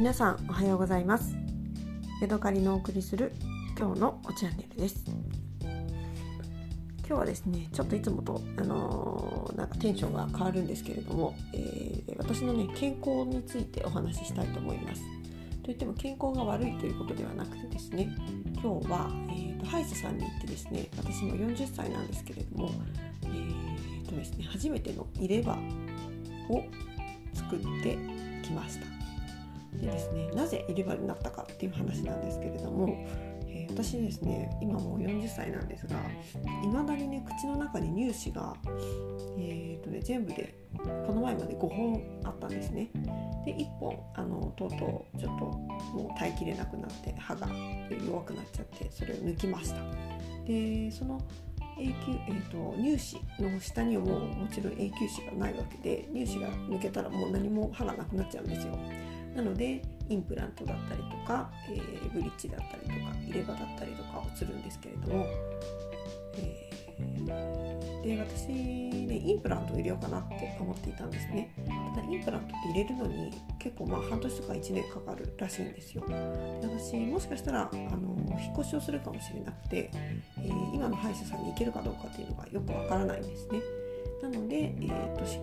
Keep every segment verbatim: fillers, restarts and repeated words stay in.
皆さんおはようございます。ヤドカリのお送りする今日のおチャンネルです。今日はですね、ちょっといつもと、あのー、なんかテンションが変わるんですけれども、えー、私のね健康についてお話ししたいと思います。といっても健康が悪いということではなくてですね、今日は、えー、と歯医者さんに行ってですね、私もよんじゅっさいなんですけれども、えーとですね、初めての入れ歯を作ってきました。でですね、なぜ入れ歯になったかっていう話なんですけれども、えー、私ですね、今もうよんじゅっさいなんですが、いまだにね口の中に乳歯が、えーとね、全部でこの前までごほんあったんですね。でいっぽんあのとうとうちょっともう耐えきれなくなって歯が弱くなっちゃって、それを抜きました。でその永久、えーと、乳歯の下にはもうもちろん永久歯がないわけで、乳歯が抜けたらもう何も歯がなくなっちゃうんですよ。なのでインプラントだったりとか、えー、ブリッジだったりとか入れ歯だったりとかをするんですけれども、えー、で私ねインプラントを入れようかなって思っていたんですね。ただインプラントって入れるのに結構まあ半年とかいちねんかかるらしいんですよ。で私もしかしたらあの引っ越しをするかもしれなくて、えー、今の歯医者さんに行けるかどうかっていうのがよくわからないんですね。なので、えーとし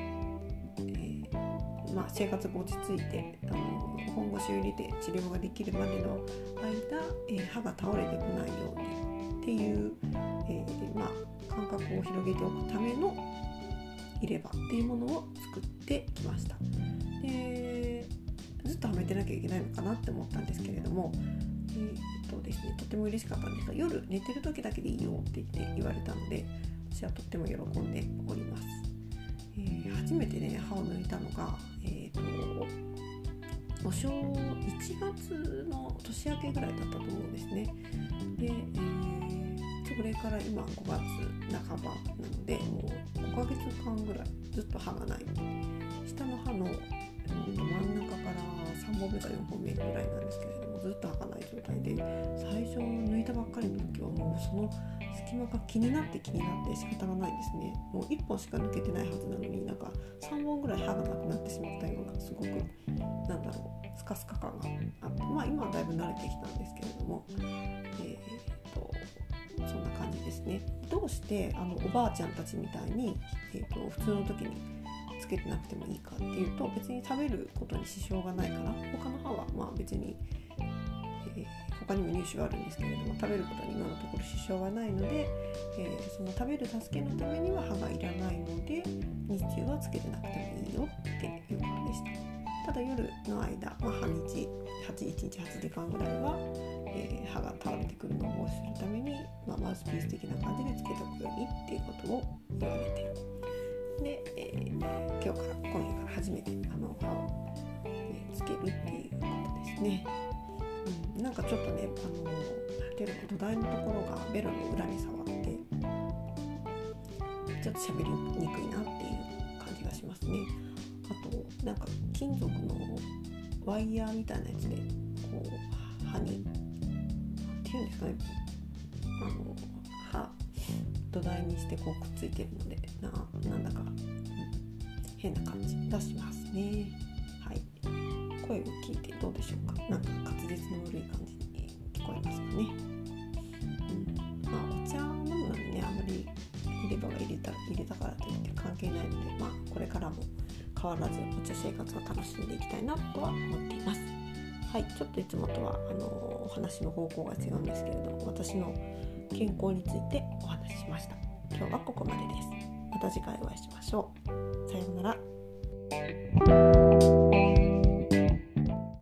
まあ、生活が落ち着いてあの本腰を入れて治療ができるまでの間、えー、歯が倒れてこないようにっていう、えーまあ、感覚を広げておくための入れ歯っていうものを作ってきました。でずっとはめてなきゃいけないのかなって思ったんですけれども、えーとですね、とても嬉しかったんですが、夜寝てる時だけでいいよって言って言われたので、私はとっても喜んでおります。えー、初めてね歯を抜いたのが、えーと、お正いちがつの年明けぐらいだったと思うんですね。で、えー、それから今ごがつなかばなので、もうごかげつかんぐらいずっと歯がない。下の歯の、うん、真ん中からさんぼんめかよんほんめぐらいなんですけれども、ずっと歯がない状態で、最初抜いたばっかりの時はもうその隙間が気になって気になって仕方がないんですね。もういっぽんしか抜けてないはずなのに、なんかさんぼんぐらい歯がなくなってしまったような、すごくなんだろうスカスカ感があって、まあ今はだいぶ慣れてきたんですけれども、えー、とそんな感じですね。どうしてあのおばあちゃんたちみたいに、えー、と普通の時につけてなくてもいいかっていうと、別に食べることに支障がないから、他の歯はまあ別に、えー、他にも乳歯はあるんですけれども、食べることに今のところ支障はないので、えー、その食べる助けのためには歯がいらないので、日中はつけてなくてもいいよっていうことでした。ただ夜の間、まあ、半日いちにちはちじかんぐらいは、えー、歯が倒れてくるのを防止するために、まあ、マウスピース的な感じでつけておくようにっていうことを言われてる。で、えー、今日から今夜から初めてあの歯を、えー、つけるっていうことですね。うん、なんかちょっとね、あのなんていうの、土台のところがベロの裏に触ってちょっと喋りにくいなっていう感じがしますね。あとなんか金属のワイヤーみたいなやつでこう歯にっていうんですかね、あの歯土台にしてこうくっついてるので、な、なんだか変な感じがしますね。はい、声を聞いてどうでしょうか。なんか滑舌の悪い感じに聞こえますかね。うん、まあお茶飲むのにね、あまり入れ歯が入れた入れたからといって関係ないので、まあこれからも変わらずお茶生活を楽しんでいきたいなとは思っています。はい、ちょっといつもとはあのお話の方向が違うんですけれども、私の健康についてお話ししました。今日はここまでです。また次回お会いしましょう。さようなら。